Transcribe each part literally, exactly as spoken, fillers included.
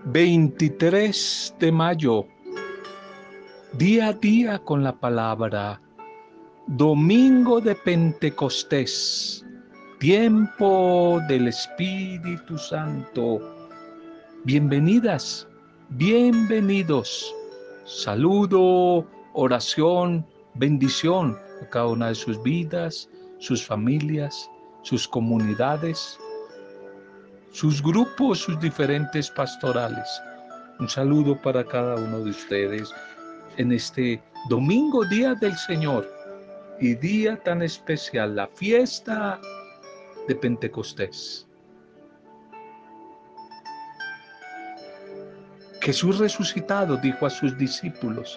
veintitrés de mayo, día a día con la palabra, domingo de Pentecostés, tiempo del Espíritu Santo. Bienvenidas, bienvenidos. Saludo, oración, bendición a cada una de sus vidas, sus familias, sus comunidades, sus grupos, sus diferentes pastorales. Un saludo para cada uno de ustedes en este domingo, día del Señor y día tan especial, la fiesta de Pentecostés. Jesús resucitado dijo a sus discípulos: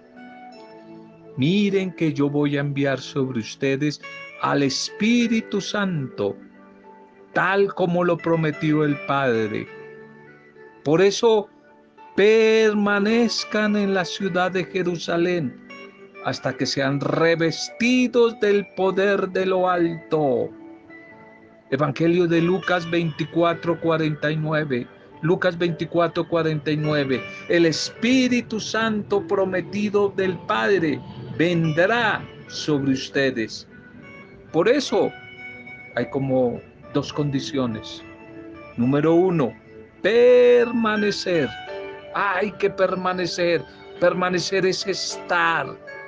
miren que yo voy a enviar sobre ustedes al Espíritu Santo, tal como lo prometió el Padre. Por eso, permanezcan en la ciudad de Jerusalén hasta que sean revestidos del poder de lo alto. Evangelio de Lucas veinticuatro, cuarenta y nueve. Lucas veinticuatro, cuarenta y nueve. El Espíritu Santo prometido del Padre vendrá sobre ustedes. Por eso hay como dos condiciones. Número uno, permanecer. Hay que permanecer. Permanecer es estar.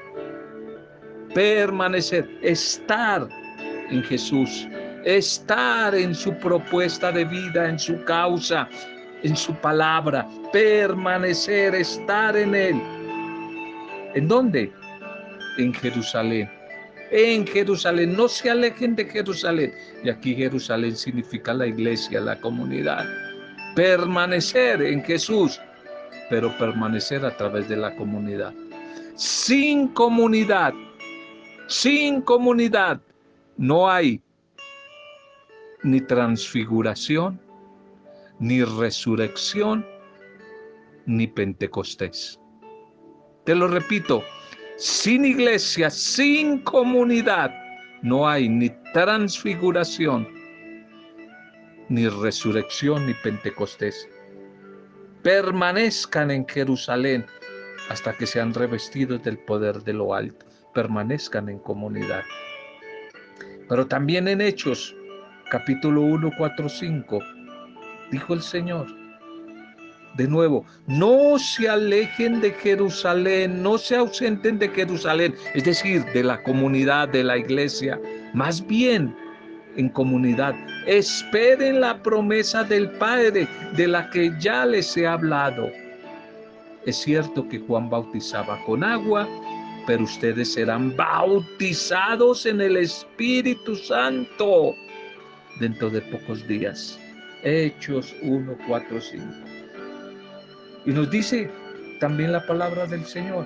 Permanecer, estar en Jesús, estar en su propuesta de vida, en su causa, en su palabra, permanecer, estar en Él. ¿En dónde? En Jerusalén. En Jerusalén, no se alejen de Jerusalén. Y aquí Jerusalén significa la iglesia, la comunidad. Permanecer en Jesús, pero permanecer a través de la comunidad. Sin comunidad, sin comunidad, no hay ni transfiguración, ni resurrección, ni Pentecostés. Te lo repito, sin iglesia, sin comunidad, no hay ni transfiguración, ni resurrección, ni Pentecostés. Permanezcan en Jerusalén hasta que sean revestidos del poder de lo alto. Permanezcan en comunidad. Pero también en Hechos, capítulo uno, cuatro, cinco, dijo el Señor, de nuevo, no se alejen de Jerusalén, no se ausenten de Jerusalén, es decir, de la comunidad, de la iglesia, más bien en comunidad. Esperen la promesa del Padre, de la que ya les he hablado. Es cierto que Juan bautizaba con agua, pero ustedes serán bautizados en el Espíritu Santo dentro de pocos días. Hechos uno, cuatro, cinco. Y nos dice también la palabra del Señor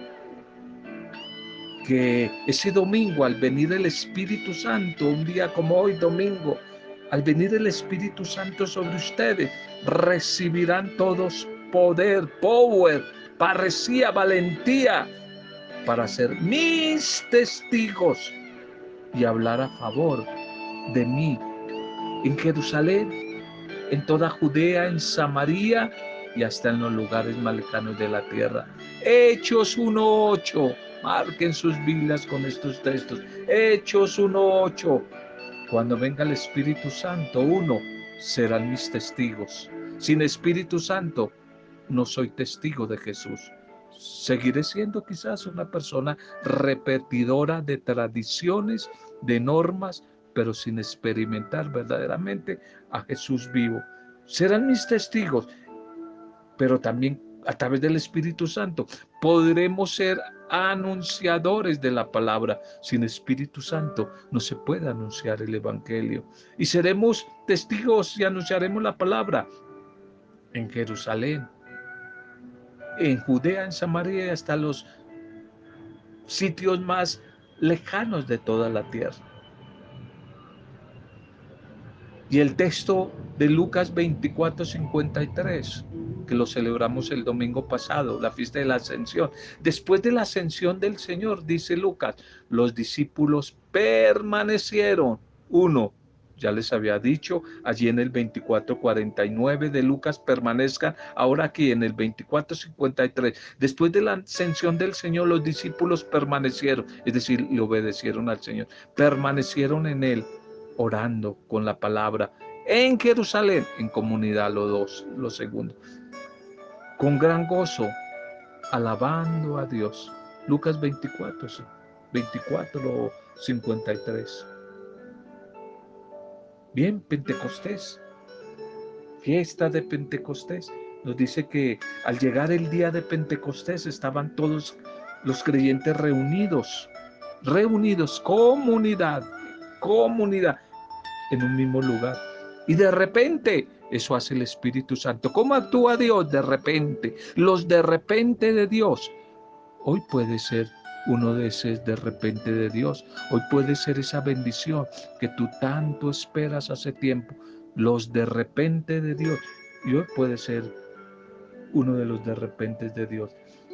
que ese domingo, al venir el Espíritu Santo, un día como hoy, domingo, al venir el Espíritu Santo sobre ustedes, recibirán todos poder, power, parresía, valentía, para ser mis testigos y hablar a favor de mí en Jerusalén, en toda Judea, en Samaria y hasta en los lugares más lejanos de la tierra. Hechos uno ocho. Marquen sus Biblias con estos textos. Hechos uno ocho. Cuando venga el Espíritu Santo, uno, serán mis testigos. Sin Espíritu Santo, no soy testigo de Jesús. Seguiré siendo quizás una persona repetidora de tradiciones, de normas, pero sin experimentar verdaderamente a Jesús vivo. Serán mis testigos, pero también a través del Espíritu Santo podremos ser anunciadores de la palabra. Sin Espíritu Santo no se puede anunciar el Evangelio. Y seremos testigos y anunciaremos la palabra en Jerusalén, en Judea, en Samaria y hasta los sitios más lejanos de toda la tierra. Y el texto de Lucas veinticuatro, cincuenta y tres, que lo celebramos el domingo pasado, la fiesta de la ascensión. Después de la ascensión del Señor, dice Lucas, los discípulos permanecieron, uno, Ya les había dicho, allí en el veinticuatro cuarenta y nueve de Lucas, permanezcan ahora aquí en el veinticuatro cincuenta y tres. Después de la ascensión del Señor, los discípulos permanecieron, es decir, le obedecieron al Señor, permanecieron en Él, orando con la palabra, en Jerusalén, en comunidad, los dos, los segundos, con gran gozo, alabando a Dios. Lucas veinticuatro, veinticuatro cincuenta y tres. Bien, Pentecostés, fiesta de Pentecostés. Nos dice que al llegar el día de Pentecostés estaban todos los creyentes reunidos, reunidos, comunidad, comunidad, en un mismo lugar. Y de repente, eso hace el Espíritu Santo. ¿Cómo actúa Dios? De repente, los de repente de Dios. Hoy puede ser uno de esos de repente de Dios. Hoy puede ser esa bendición que tú tanto esperas hace tiempo. Los de repente de Dios. Y hoy puede ser uno de los de repente de Dios.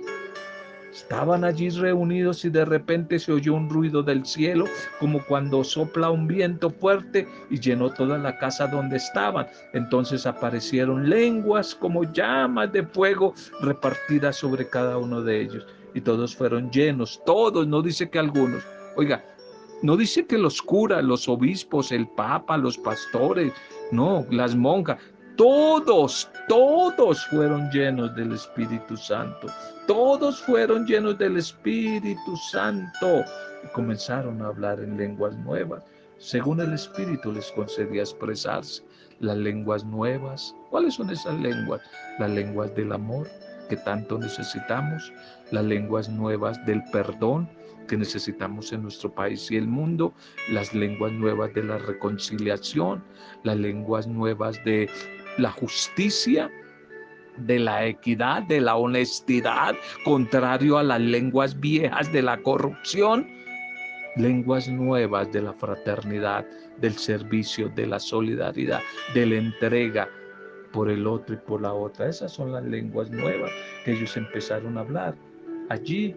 Estaban allí reunidos y de repente se oyó un ruido del cielo, como cuando sopla un viento fuerte y llenó toda la casa donde estaban. Entonces aparecieron lenguas como llamas de fuego repartidas sobre cada uno de ellos. Y todos fueron llenos, todos, no dice que algunos. Oiga, no dice que los curas, los obispos, el papa, los pastores, no, las monjas. Todos, todos fueron llenos del Espíritu Santo. Todos fueron llenos del Espíritu Santo. Y comenzaron a hablar en lenguas nuevas. Según el Espíritu les concedía expresarse. Las lenguas nuevas. ¿Cuáles son esas lenguas? Las lenguas del amor que tanto necesitamos. Las lenguas nuevas del perdón que necesitamos en nuestro país y el mundo, las lenguas nuevas de la reconciliación, las lenguas nuevas de la justicia, de la equidad, de la honestidad, contrario a las lenguas viejas de la corrupción, lenguas nuevas de la fraternidad, del servicio, de la solidaridad, de la entrega por el otro y por la otra. Esas son las lenguas nuevas que ellos empezaron a hablar allí.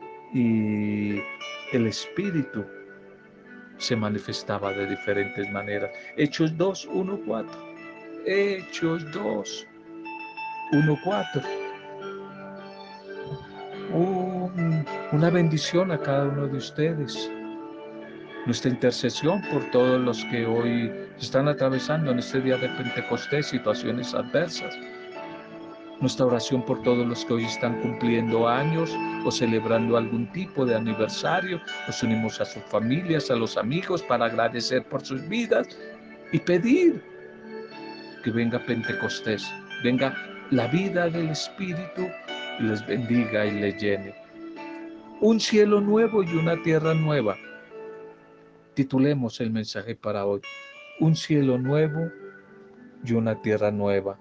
Y el Espíritu se manifestaba de diferentes maneras. Hechos dos, uno, cuatro. Hechos dos, uno, cuatro. Un, una bendición a cada uno de ustedes. Nuestra intercesión por todos los que hoy están atravesando en este día de Pentecostés situaciones adversas. Nuestra oración por todos los que hoy están cumpliendo años o celebrando algún tipo de aniversario. Nos unimos a sus familias, a los amigos para agradecer por sus vidas y pedir que venga Pentecostés, venga la vida del Espíritu y les bendiga y les llene. Un cielo nuevo y una tierra nueva. Titulemos el mensaje para hoy. Un cielo nuevo y una tierra nueva.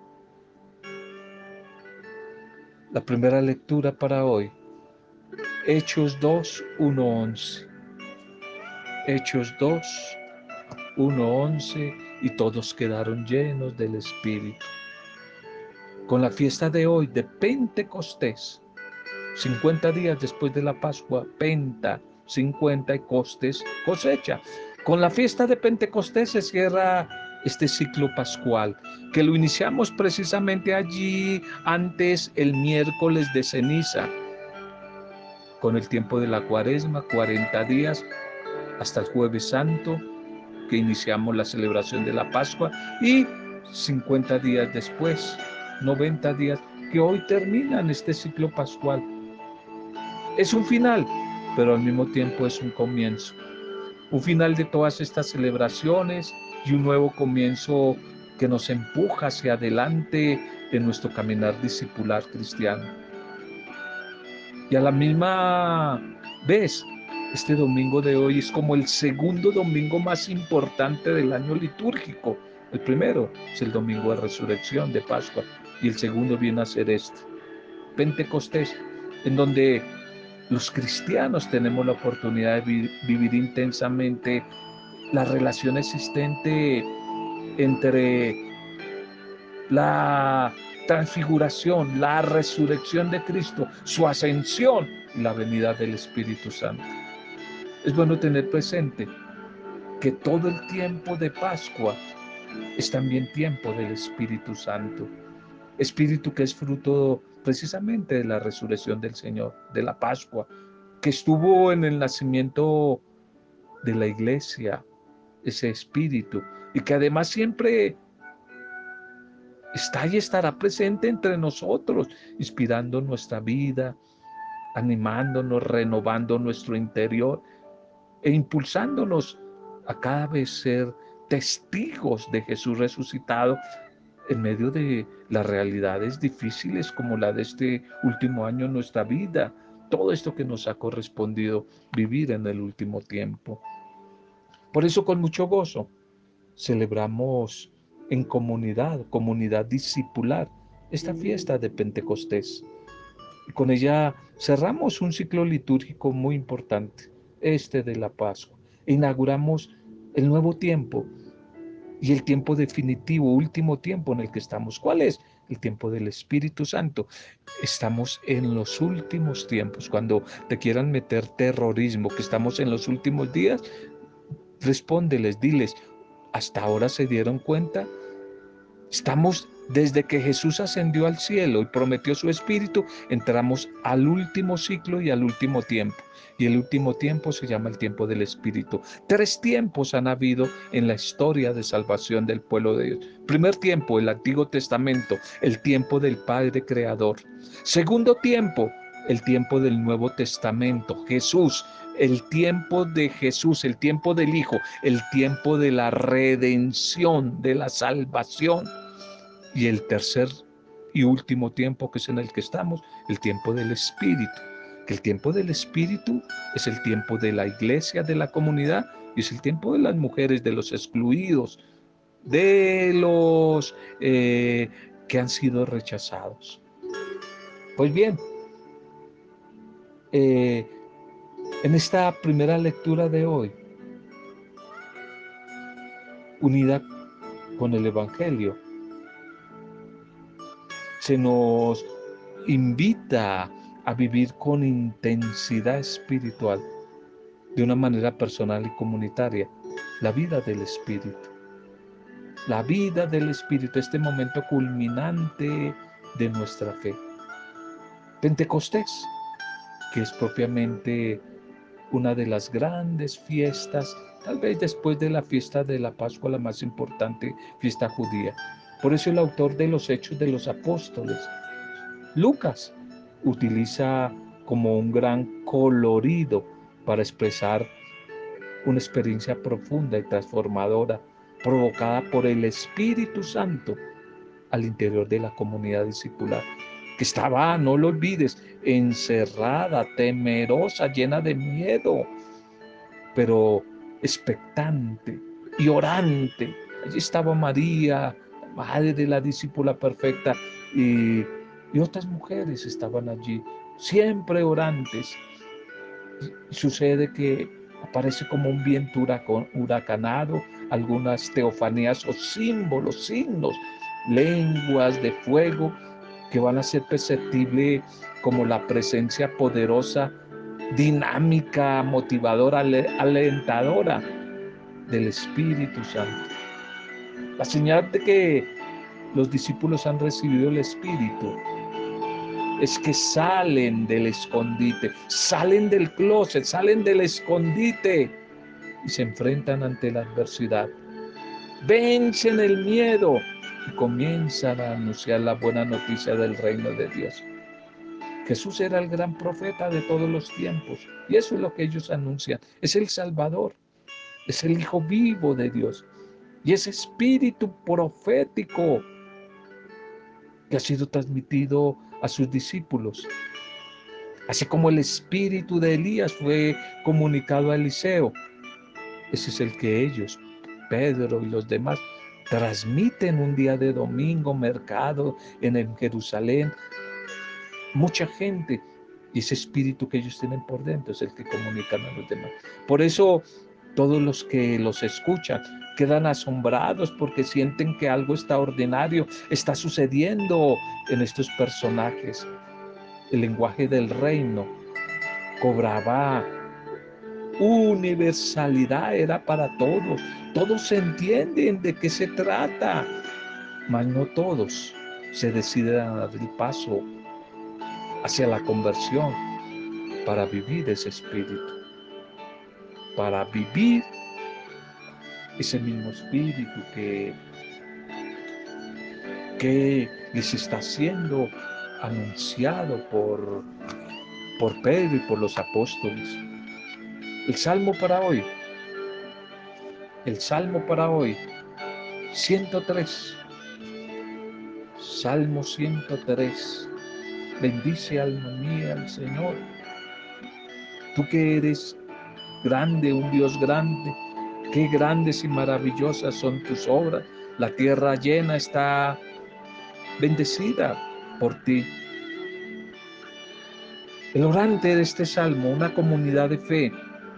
La primera lectura para hoy, Hechos dos, uno, once. Hechos dos, uno, once, y todos quedaron llenos del Espíritu. Con la fiesta de hoy de Pentecostés, cincuenta días después de la Pascua, Penta, cincuenta y Costes, cosecha. Con la fiesta de Pentecostés se cierra este ciclo pascual, que lo iniciamos precisamente allí antes el miércoles de ceniza, con el tiempo de la cuaresma, cuarenta días, hasta el jueves santo, que iniciamos la celebración de la Pascua, y cincuenta días después, noventa días, que hoy terminan este ciclo pascual. Es un final, pero al mismo tiempo es un comienzo. Un final de todas estas celebraciones y un nuevo comienzo que nos empuja hacia adelante en nuestro caminar discipular cristiano. Y a la misma vez, este domingo de hoy es como el segundo domingo más importante del año litúrgico. El primero es el domingo de resurrección, de Pascua, y el segundo viene a ser este, Pentecostés, en donde los cristianos tenemos la oportunidad de vi- vivir intensamente la relación existente entre la transfiguración, la resurrección de Cristo, su ascensión y la venida del Espíritu Santo. Es bueno tener presente que todo el tiempo de Pascua es también tiempo del Espíritu Santo. Espíritu que es fruto precisamente de la resurrección del Señor, de la Pascua, que estuvo en el nacimiento de la iglesia, ese Espíritu, y que además siempre está y estará presente entre nosotros, inspirando nuestra vida, animándonos, renovando nuestro interior e impulsándonos a cada vez ser testigos de Jesús resucitado en medio de las realidades difíciles como la de este último año en nuestra vida, todo esto que nos ha correspondido vivir en el último tiempo. Por eso con mucho gozo celebramos en comunidad, comunidad discipular, esta fiesta de Pentecostés. Y con ella cerramos un ciclo litúrgico muy importante, este de la Pascua. Inauguramos el nuevo tiempo y el tiempo definitivo, último tiempo en el que estamos. ¿Cuál es? El tiempo del Espíritu Santo. Estamos en los últimos tiempos. Cuando te quieran meter terrorismo, que estamos en los últimos días, respóndeles, diles, ¿hasta ahora se dieron cuenta? Estamos desde que Jesús ascendió al cielo y prometió su Espíritu, entramos al último ciclo y al último tiempo. Y el último tiempo se llama el tiempo del Espíritu. Tres tiempos han habido en la historia de salvación del pueblo de Dios. Primer tiempo, el Antiguo Testamento, el tiempo del Padre Creador. Segundo tiempo, el tiempo del Nuevo Testamento, Jesús. El tiempo de Jesús, el tiempo del Hijo, el tiempo de la redención, de la salvación. Y el tercer y último tiempo, que es en el que estamos, el tiempo del Espíritu. Que el tiempo del Espíritu es el tiempo de la iglesia, de la comunidad, y es el tiempo de las mujeres, de los excluidos, de los eh, que han sido rechazados. Pues bien, eh, en esta primera lectura de hoy, unida con el Evangelio, se nos invita a vivir con intensidad espiritual, de una manera personal y comunitaria, la vida del Espíritu. La vida del Espíritu, este momento culminante de nuestra fe. Pentecostés, que es propiamente una de las grandes fiestas, tal vez después de la fiesta de la Pascua, la más importante fiesta judía. Por eso el autor de los Hechos de los Apóstoles, Lucas, utiliza como un gran colorido para expresar una experiencia profunda y transformadora provocada por el Espíritu Santo al interior de la comunidad discipular, que estaba, no lo olvides, encerrada, temerosa, llena de miedo, pero expectante y orante. Allí estaba María, madre de la discípula perfecta, y, y otras mujeres estaban allí, siempre orantes. Y sucede que aparece como un viento huracanado, algunas teofanías o símbolos, signos, lenguas de fuego que van a ser perceptibles como la presencia poderosa, dinámica, motivadora, alentadora del Espíritu Santo. La señal de que los discípulos han recibido el Espíritu es que salen del escondite, salen del closet, salen del escondite y se enfrentan ante la adversidad. Vencen el miedo y comienzan a anunciar la buena noticia del reino de Dios. Jesús era el gran profeta de todos los tiempos y eso es lo que ellos anuncian. Es el Salvador, es el Hijo vivo de Dios y ese espíritu profético que ha sido transmitido a sus discípulos. Así como el espíritu de Elías fue comunicado a Eliseo, ese es el que ellos, Pedro y los demás, transmiten un día de domingo, mercado en el Jerusalén. Mucha gente, y ese espíritu que ellos tienen por dentro es el que comunican a los demás. Por eso todos los que los escuchan quedan asombrados porque sienten que algo extraordinario está sucediendo en estos personajes. El lenguaje del reino cobraba universalidad, era para todos. Todos entienden de qué se trata, mas no todos se deciden a dar el paso hacia la conversión para vivir ese espíritu, para vivir ese mismo espíritu que, que les está siendo anunciado por, por Pedro y por los apóstoles. El salmo para hoy, el salmo para hoy, ciento tres, Salmo ciento tres. Bendice alma mía al Señor. Tú que eres grande, un Dios grande, qué grandes y maravillosas son tus obras. La tierra llena está bendecida por ti. El orante de este salmo, una comunidad de fe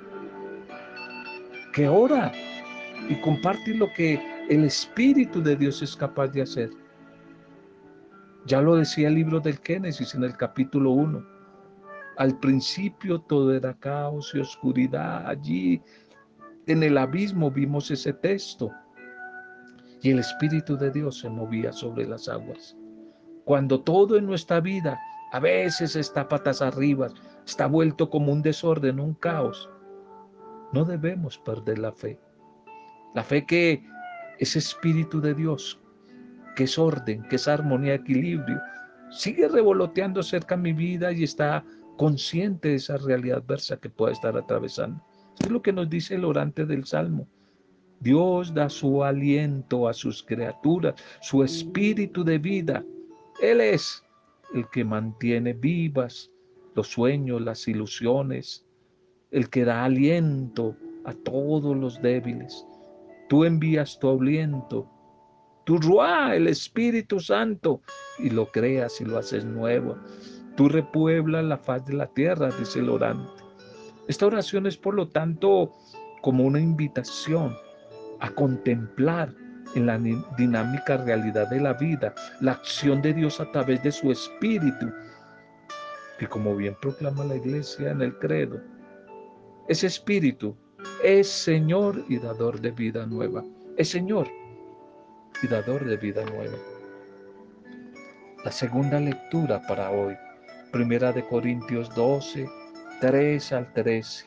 que ora y comparte lo que el Espíritu de Dios es capaz de hacer. Ya lo decía el libro del Génesis en el capítulo uno. Al principio todo era caos y oscuridad. Allí en el abismo vimos ese texto. Y el Espíritu de Dios se movía sobre las aguas. Cuando todo en nuestra vida a veces está patas arriba, está vuelto como un desorden, un caos, no debemos perder la fe. La fe que ese Espíritu de Dios, que es orden, que es armonía, equilibrio, sigue revoloteando cerca de mi vida y está consciente de esa realidad adversa que pueda estar atravesando. Esto es lo que nos dice el orante del Salmo. Dios da su aliento a sus criaturas, su espíritu de vida. Él es el que mantiene vivas los sueños, las ilusiones, el que da aliento a todos los débiles. Tú envías tu aliento, tu ruá, el Espíritu Santo, y lo creas y lo haces nuevo. Tú repueblas la faz de la tierra, dice el orante. Esta oración es, por lo tanto, como una invitación a contemplar en la dinámica realidad de la vida la acción de Dios a través de su Espíritu, que, como bien proclama la Iglesia en el credo, ese Espíritu es Señor y dador de vida nueva. Es Señor y dador de vida nueva. La segunda lectura para hoy, Primera de Corintios doce, tres al trece.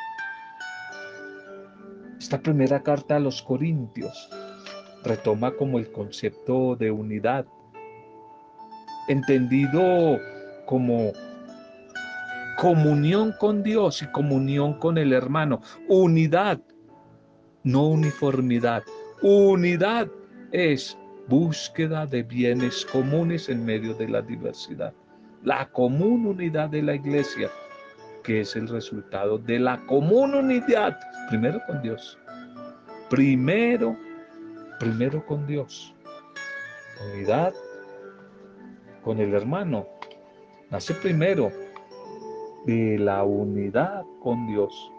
Esta primera carta a los Corintios retoma como el concepto de unidad, entendido como comunión con Dios y comunión con el hermano. Unidad, no uniformidad. Unidad es búsqueda de bienes comunes en medio de la diversidad. La común unidad de la iglesia, que es el resultado de la común unidad, primero con Dios. Primero, primero con Dios. Unidad con el hermano. Nace primero de la unidad con Dios.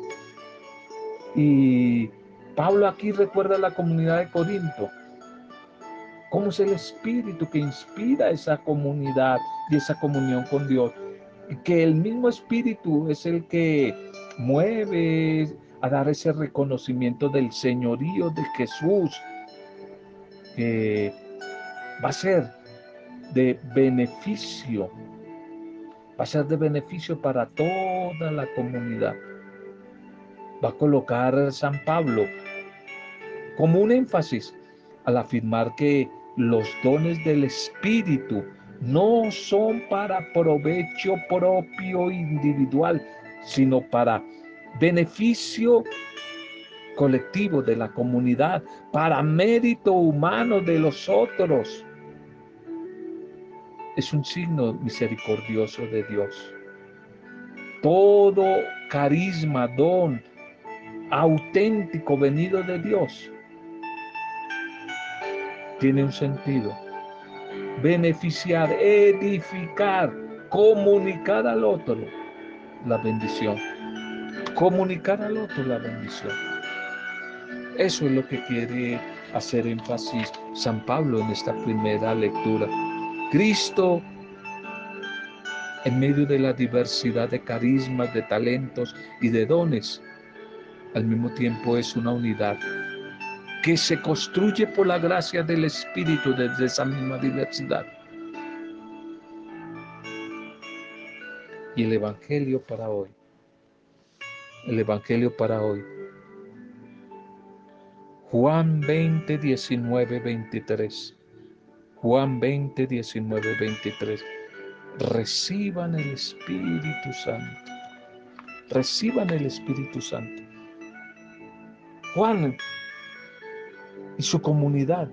Y Pablo aquí recuerda a la comunidad de Corinto. ¿Cómo es el Espíritu que inspira esa comunidad y esa comunión con Dios? Y que el mismo Espíritu es el que mueve a dar ese reconocimiento del señorío de Jesús, que va a ser de beneficio, va a ser de beneficio para toda la comunidad. Va a colocar San Pablo como un énfasis al afirmar que los dones del Espíritu no son para provecho propio individual, sino para beneficio colectivo de la comunidad, para mérito humano de los otros. Es un signo misericordioso de Dios. Todo carisma, don auténtico venido de Dios tiene un sentido: beneficiar, edificar, comunicar al otro la bendición, comunicar al otro la bendición. Eso es lo que quiere hacer énfasis San Pablo en esta primera lectura. Cristo, en medio de la diversidad de carismas, de talentos y de dones, al mismo tiempo es una unidad que se construye por la gracia del Espíritu desde esa misma diversidad. Y el Evangelio para hoy, el Evangelio para hoy, Juan veinte, diecinueve, veintitrés. Juan veinte, diecinueve, veintitrés. Reciban el Espíritu Santo. Reciban el Espíritu Santo. Juan y su comunidad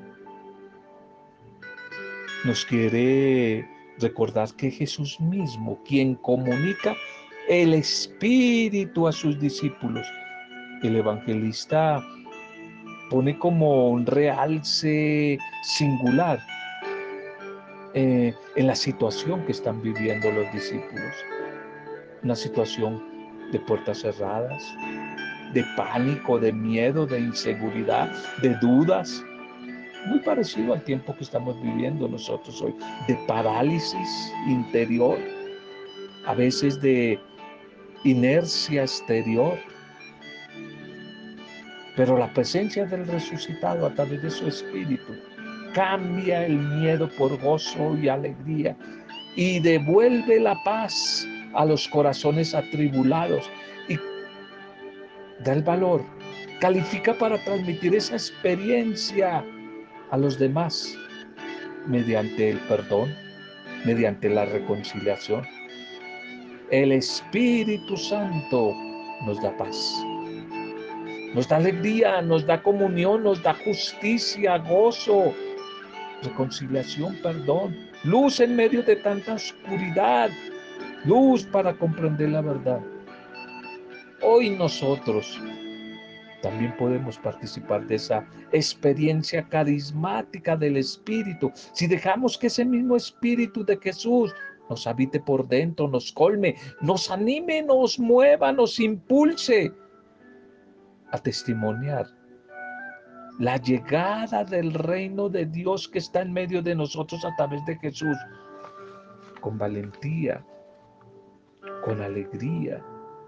nos quiere recordar que Jesús mismo, quien comunica el Espíritu a sus discípulos. El evangelista pone como un realce singular eh, en la situación que están viviendo los discípulos. Una situación de puertas cerradas, de pánico, de miedo, de inseguridad, de dudas. Muy parecido al tiempo que estamos viviendo nosotros hoy, de parálisis interior, a veces de inercia exterior. Pero la presencia del resucitado a través de su espíritu cambia el miedo por gozo y alegría y devuelve la paz a los corazones atribulados y da el valor, califica para transmitir esa experiencia a los demás mediante el perdón, mediante la reconciliación. El Espíritu Santo nos da paz, nos da alegría, nos da comunión, nos da justicia, gozo, reconciliación, perdón, luz en medio de tanta oscuridad, luz para comprender la verdad. Hoy nosotros también podemos participar de esa experiencia carismática del Espíritu. Si dejamos que ese mismo Espíritu de Jesús nos habite por dentro, nos colme, nos anime, nos mueva, nos impulse a testimoniar la llegada del reino de Dios que está en medio de nosotros a través de Jesús, con valentía, con alegría.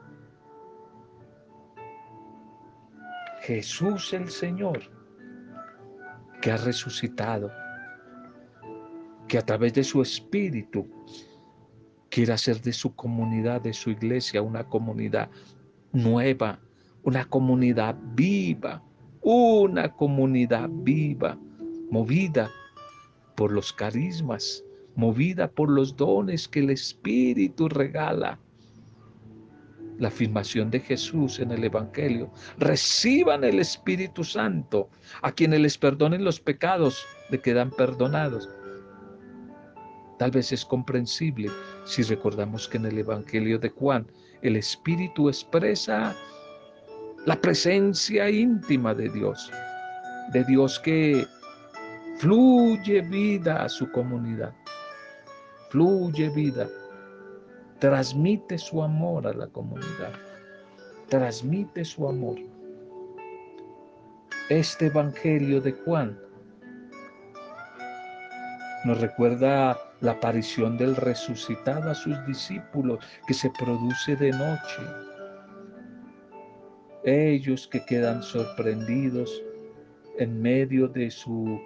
Jesús el Señor, que ha resucitado, que a través de su Espíritu quiere hacer de su comunidad, de su iglesia, una comunidad nueva, una comunidad viva, una comunidad viva, movida por los carismas, movida por los dones que el Espíritu regala. La afirmación de Jesús en el Evangelio: reciban el Espíritu Santo, a quienes les perdonen los pecados, le quedan perdonados. Tal vez es comprensible si recordamos que en el Evangelio de Juan el Espíritu expresa la presencia íntima de Dios, de Dios que fluye vida a su comunidad, fluye vida, transmite su amor a la comunidad, transmite su amor. Este Evangelio de Juan nos recuerda la aparición del resucitado a sus discípulos que se produce de noche. Ellos que quedan sorprendidos en medio de su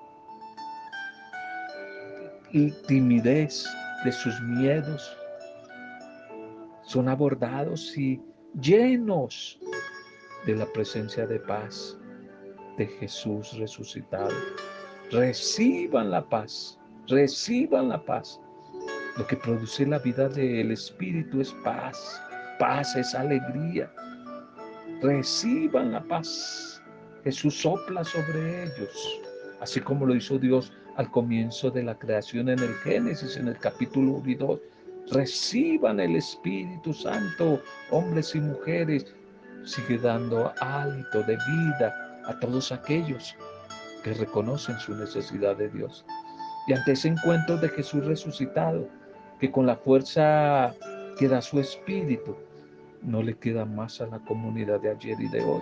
timidez, de sus miedos, son abordados y llenos de la presencia de paz de Jesús resucitado. Reciban la paz, reciban la paz. Lo que produce la vida del Espíritu es paz, paz es alegría. Reciban la paz. Jesús sopla sobre ellos, así como lo hizo Dios al comienzo de la creación en el Génesis, en el capítulo uno y dos. Reciban el Espíritu Santo, hombres y mujeres. Sigue dando hálito de vida a todos aquellos que reconocen su necesidad de Dios. Y ante ese encuentro de Jesús resucitado, que con la fuerza que da su Espíritu, no le queda más a la comunidad de ayer y de hoy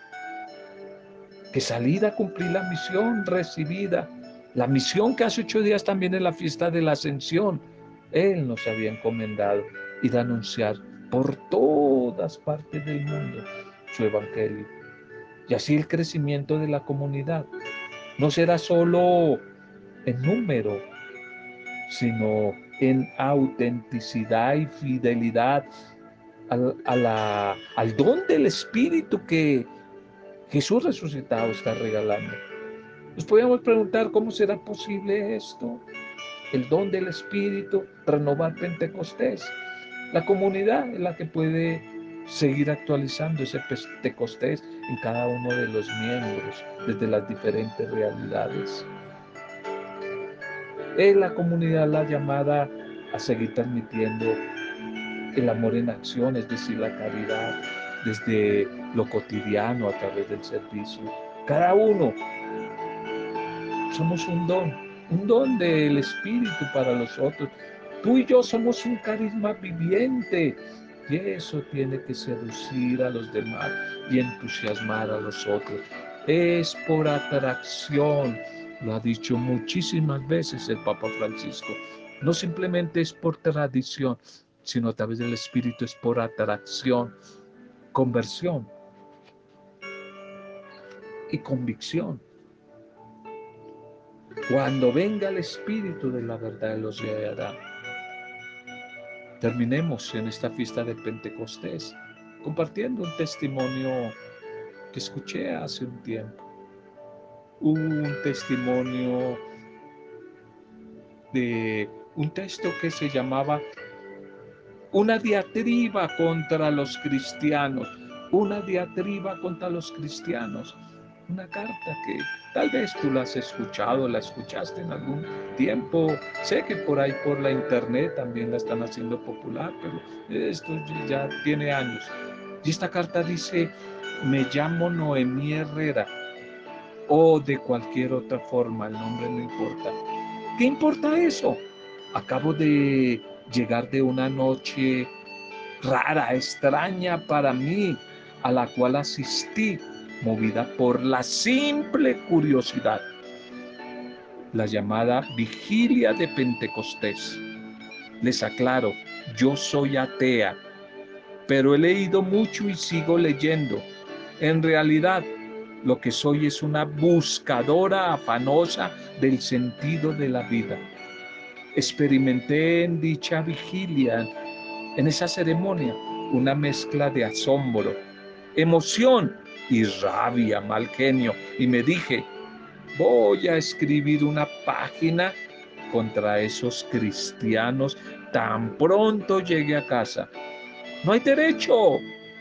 que salir a cumplir la misión recibida, la misión que hace ocho días también en la fiesta de la Ascensión Él nos había encomendado, y de anunciar por todas partes del mundo su evangelio. Y así el crecimiento de la comunidad no será solo en número, sino en autenticidad y fidelidad al, a la, al don del Espíritu que Jesús resucitado está regalando. Nos podríamos preguntar cómo será posible esto, el don del Espíritu, renovar Pentecostés. La comunidad es la que puede seguir actualizando ese Pentecostés en cada uno de los miembros, desde las diferentes realidades. Es la comunidad la llamada a seguir transmitiendo el amor en acción, es decir, la caridad, desde lo cotidiano a través del servicio. Cada uno somos un don, un don del Espíritu para los otros. Tú y yo somos un carisma viviente y eso tiene que seducir a los demás y entusiasmar a los otros. Es por atracción, lo ha dicho muchísimas veces el Papa Francisco. No simplemente es por tradición, sino a través del Espíritu es por atracción, conversión y convicción. Cuando venga el Espíritu de la verdad, los guiará. Terminemos en esta fiesta de Pentecostés compartiendo un testimonio que escuché hace un tiempo. Un testimonio de un texto que se llamaba Una diatriba contra los cristianos. Una diatriba contra los cristianos. Una carta que tal vez tú la has escuchado, la escuchaste en algún tiempo. Sé que por ahí por la internet también la están haciendo popular, pero esto ya tiene años. Y esta carta dice, me llamo Noemí Herrera, o de cualquier otra forma, el nombre no importa. ¿Qué importa eso? Acabo de llegar de una noche rara, extraña para mí, a la cual asistí, movida por la simple curiosidad, la llamada Vigilia de Pentecostés. Les aclaro, yo soy atea, pero he leído mucho y sigo leyendo. En realidad, lo que soy es una buscadora afanosa del sentido de la vida. Experimenté en dicha vigilia, en esa ceremonia, una mezcla de asombro, emoción y rabia, mal genio, y me dije, voy a escribir una página contra esos cristianos tan pronto llegue a casa. No hay derecho.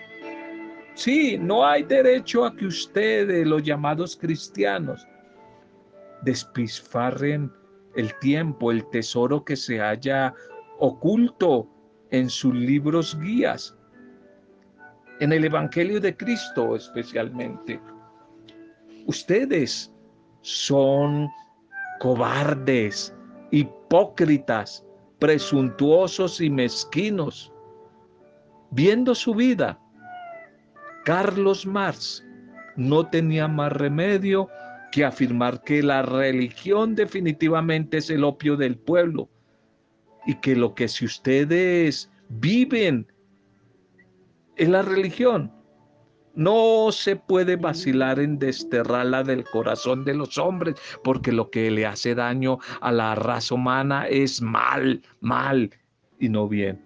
Sí, no hay derecho a que ustedes, los llamados cristianos, despilfarren el tiempo, el tesoro que se haya oculto en sus libros guías, en el Evangelio de Cristo especialmente. Ustedes son cobardes, hipócritas, presuntuosos y mezquinos. Viendo su vida, Carlos Marx no tenía más remedio que afirmar que la religión definitivamente es el opio del pueblo y que lo que si ustedes viven en la religión, no se puede vacilar en desterrarla del corazón de los hombres, porque lo que le hace daño a la raza humana es mal, mal y no bien.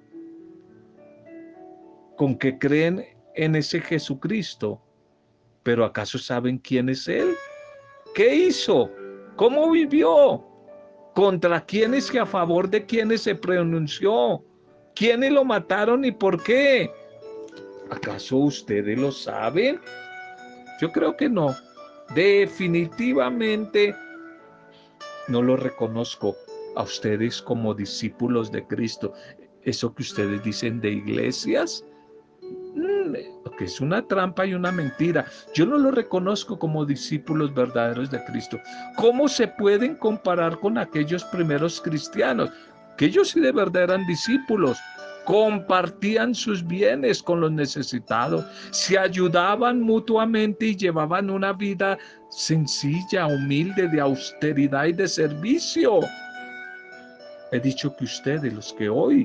Con que creen en ese Jesucristo, pero ¿acaso saben quién es Él? ¿Qué hizo? ¿Cómo vivió? ¿Contra quiénes y a favor de quiénes se pronunció? ¿Quiénes lo mataron y por qué? ¿Acaso ustedes lo saben? Yo creo que no. Definitivamente no lo reconozco a ustedes como discípulos de Cristo. Eso que ustedes dicen de iglesias, que es una trampa y una mentira. Yo no lo reconozco como discípulos verdaderos de Cristo. ¿Cómo se pueden comparar con aquellos primeros cristianos? Que ellos sí de verdad eran discípulos. Compartían sus bienes con los necesitados, se ayudaban mutuamente y llevaban una vida sencilla, humilde, de austeridad y de servicio. He dicho que ustedes, los que hoy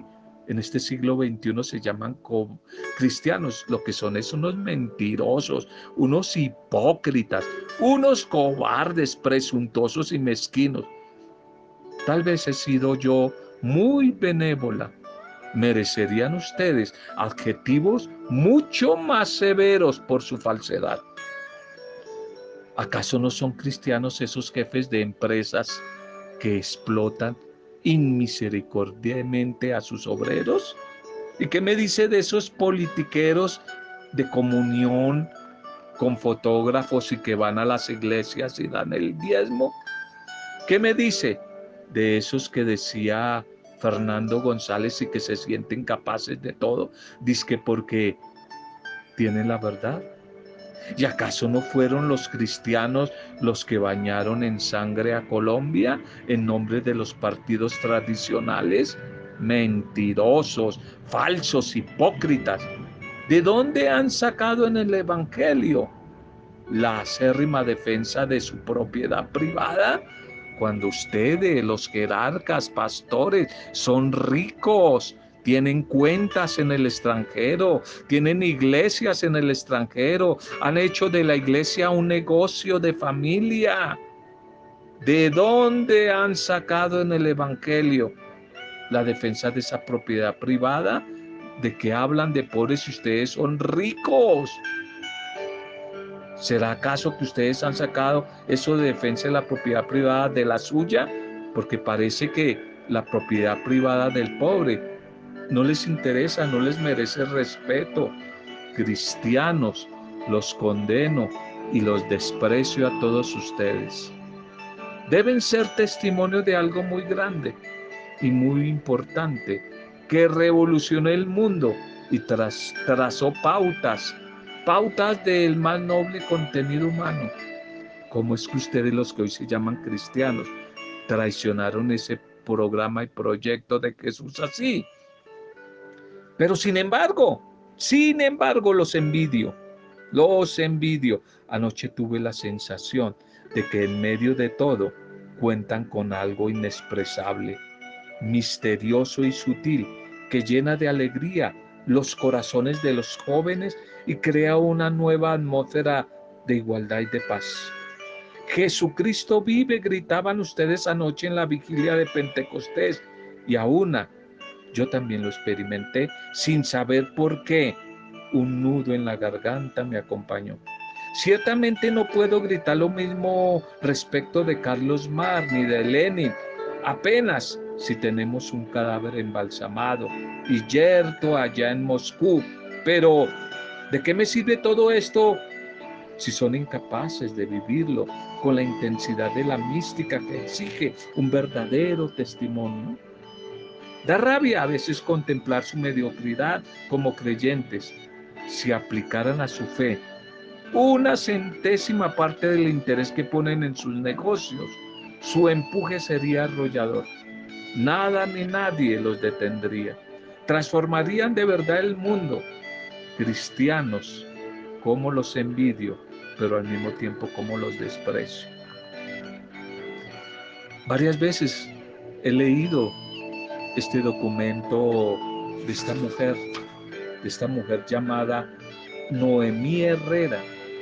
en este siglo veintiuno se llaman cristianos. Lo que son es unos mentirosos, unos hipócritas, unos cobardes, presuntuosos y mezquinos. Tal vez he sido yo muy benévola. Merecerían ustedes adjetivos mucho más severos por su falsedad. ¿Acaso no son cristianos esos jefes de empresas que explotan inmisericordiamente a sus obreros? ¿Y qué me dice de esos politiqueros de comunión con fotógrafos y que van a las iglesias y dan el diezmo? ¿Qué me dice de esos que decía Fernando González y que se sienten capaces de todo? Dizque porque tienen la verdad. ¿Y acaso no fueron los cristianos los que bañaron en sangre a Colombia en nombre de los partidos tradicionales? Mentirosos, falsos, hipócritas. ¿De dónde han sacado en el Evangelio la acérrima defensa de su propiedad privada? Cuando ustedes, los jerarcas, pastores, son ricos, tienen cuentas en el extranjero, tienen iglesias en el extranjero, han hecho de la iglesia un negocio de familia. ¿De dónde han sacado en el Evangelio la defensa de esa propiedad privada? ¿De qué hablan de pobres si ustedes son ricos? ¿Será acaso que ustedes han sacado eso de defensa de la propiedad privada de la suya? Porque parece que la propiedad privada del pobre no les interesa, no les merece respeto. Cristianos, los condeno y los desprecio a todos ustedes. Deben ser testimonio de algo muy grande y muy importante que revolucionó el mundo y tras, trazó pautas, pautas del más noble contenido humano. ¿Cómo es que ustedes, los que hoy se llaman cristianos, traicionaron ese programa y proyecto de Jesús así? Pero sin embargo, sin embargo los envidio, los envidio. Anoche tuve la sensación de que en medio de todo cuentan con algo inexpresable, misterioso y sutil, que llena de alegría los corazones de los jóvenes y crea una nueva atmósfera de igualdad y de paz. Jesucristo vive, gritaban ustedes anoche en la vigilia de Pentecostés, y a una, yo también lo experimenté sin saber por qué. Un nudo en la garganta me acompañó. Ciertamente no puedo gritar lo mismo respecto de Carlos Marx ni de Lenin, apenas si tenemos un cadáver embalsamado y yerto allá en Moscú. Pero, ¿de qué me sirve todo esto si son incapaces de vivirlo con la intensidad de la mística que exige un verdadero testimonio? Da rabia a veces contemplar su mediocridad como creyentes. Si aplicaran a su fe una centésima parte del interés que ponen en sus negocios, su empuje sería arrollador. Nada ni nadie los detendría. Transformarían de verdad el mundo. Cristianos, como los envidio, pero al mismo tiempo como los desprecio. Varias veces he leído este documento de esta mujer, de esta mujer llamada Noemí Herrera.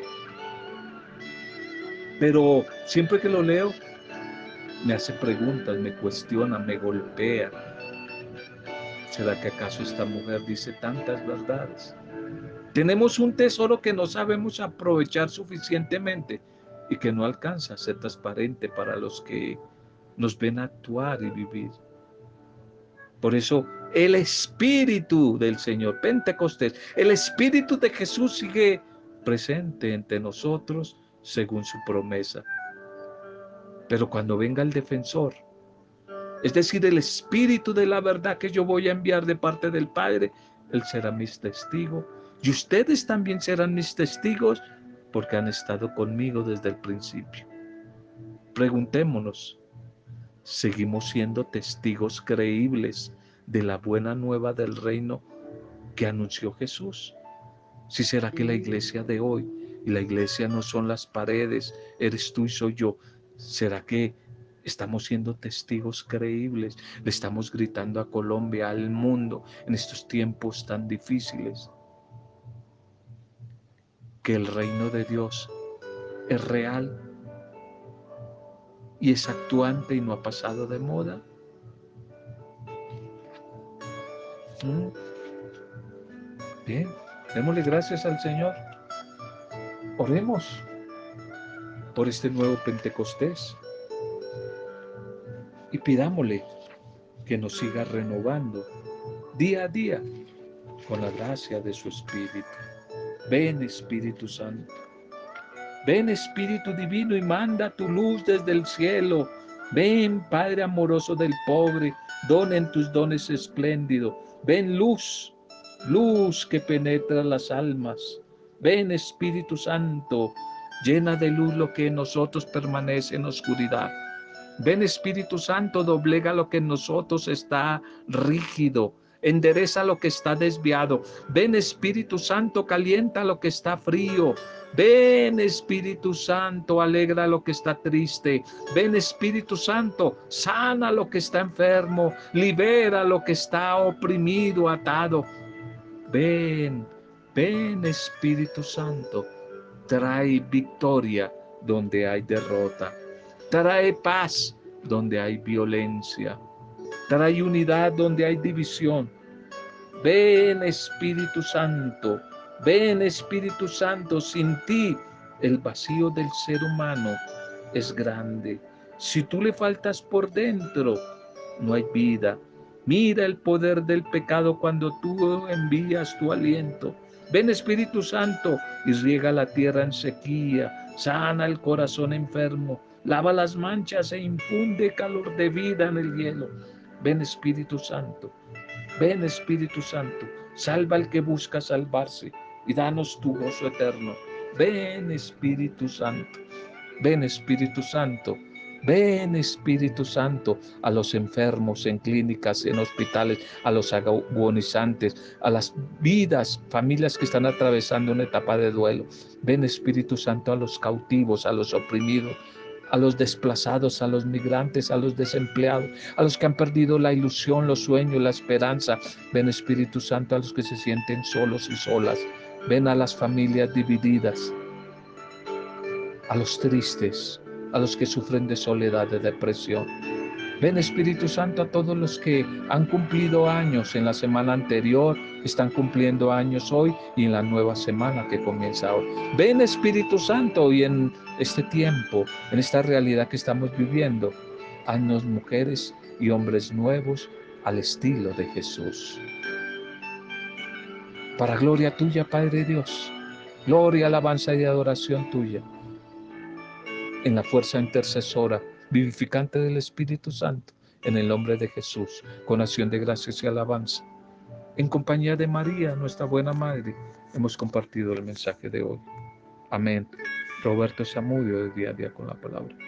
Pero siempre que lo leo, me hace preguntas, me cuestiona, me golpea. ¿Será que acaso esta mujer dice tantas verdades? Tenemos un tesoro que no sabemos aprovechar suficientemente y que no alcanza a ser transparente para los que nos ven actuar y vivir. Por eso el Espíritu del Señor, Pentecostés, el Espíritu de Jesús sigue presente entre nosotros según su promesa. Pero cuando venga el defensor, es decir, el Espíritu de la verdad que yo voy a enviar de parte del Padre, Él será mis testigos. Y ustedes también serán mis testigos porque han estado conmigo desde el principio. Preguntémonos, ¿seguimos siendo testigos creíbles de la buena nueva del reino que anunció Jesús? ¿Sí será que la iglesia de hoy, y la iglesia no son las paredes, eres tú y soy yo, será que Estamos siendo testigos creíbles. Le estamos gritando a Colombia, al mundo, en estos tiempos tan difíciles, que el reino de Dios es real y es actuante y no ha pasado de moda. ¿Mm? Bien, démosle gracias al Señor. Oremos por este nuevo Pentecostés y pidámosle que nos siga renovando día a día con la gracia de su Espíritu. Ven, Espíritu Santo. Ven, Espíritu Divino, y manda tu luz desde el cielo. Ven, Padre amoroso del pobre, dona en tus dones espléndido. Ven, luz, luz que penetra las almas. Ven, Espíritu Santo, llena de luz lo que en nosotros permanece en oscuridad. Ven, Espíritu Santo, doblega lo que en nosotros está rígido. Endereza lo que está desviado. Ven, Espíritu Santo, calienta lo que está frío. Ven, Espíritu Santo, alegra lo que está triste. Ven, Espíritu Santo, sana lo que está enfermo. Libera lo que está oprimido, atado. Ven, ven, Espíritu Santo, trae victoria donde hay derrota. Trae paz donde hay violencia. Trae unidad donde hay división. Ven, Espíritu Santo. Ven, Espíritu Santo. Sin ti el vacío del ser humano es grande. Si tú le faltas por dentro, no hay vida. Mira el poder del pecado cuando tú envías tu aliento. Ven, Espíritu Santo, y riega la tierra en sequía, sana el corazón enfermo, lava las manchas e infunde calor de vida en el hielo. Ven, Espíritu Santo, ven, Espíritu Santo, salva al que busca salvarse y danos tu gozo eterno. Ven, Espíritu Santo, ven, Espíritu Santo. Ven, Espíritu Santo, a los enfermos en clínicas, en hospitales, a los agonizantes, a las vidas, familias que están atravesando una etapa de duelo. Ven, Espíritu Santo, a los cautivos, a los oprimidos, a los desplazados, a los migrantes, a los desempleados, a los que han perdido la ilusión, los sueños, la esperanza. Ven, Espíritu Santo, a los que se sienten solos y solas. Ven a las familias divididas, a los tristes, a los que sufren de soledad, de depresión. Ven, Espíritu Santo, a todos los que han cumplido años en la semana anterior, están cumpliendo años hoy y en la nueva semana que comienza hoy. Ven, Espíritu Santo, y en este tiempo, en esta realidad que estamos viviendo, haznos mujeres y hombres nuevos al estilo de Jesús. Para gloria tuya, Padre Dios, gloria, alabanza y adoración tuya, en la fuerza intercesora, vivificante del Espíritu Santo, en el nombre de Jesús, con acción de gracias y alabanza. En compañía de María, nuestra buena Madre, hemos compartido el mensaje de hoy. Amén. Roberto Zamudio, de Día a Día con la Palabra.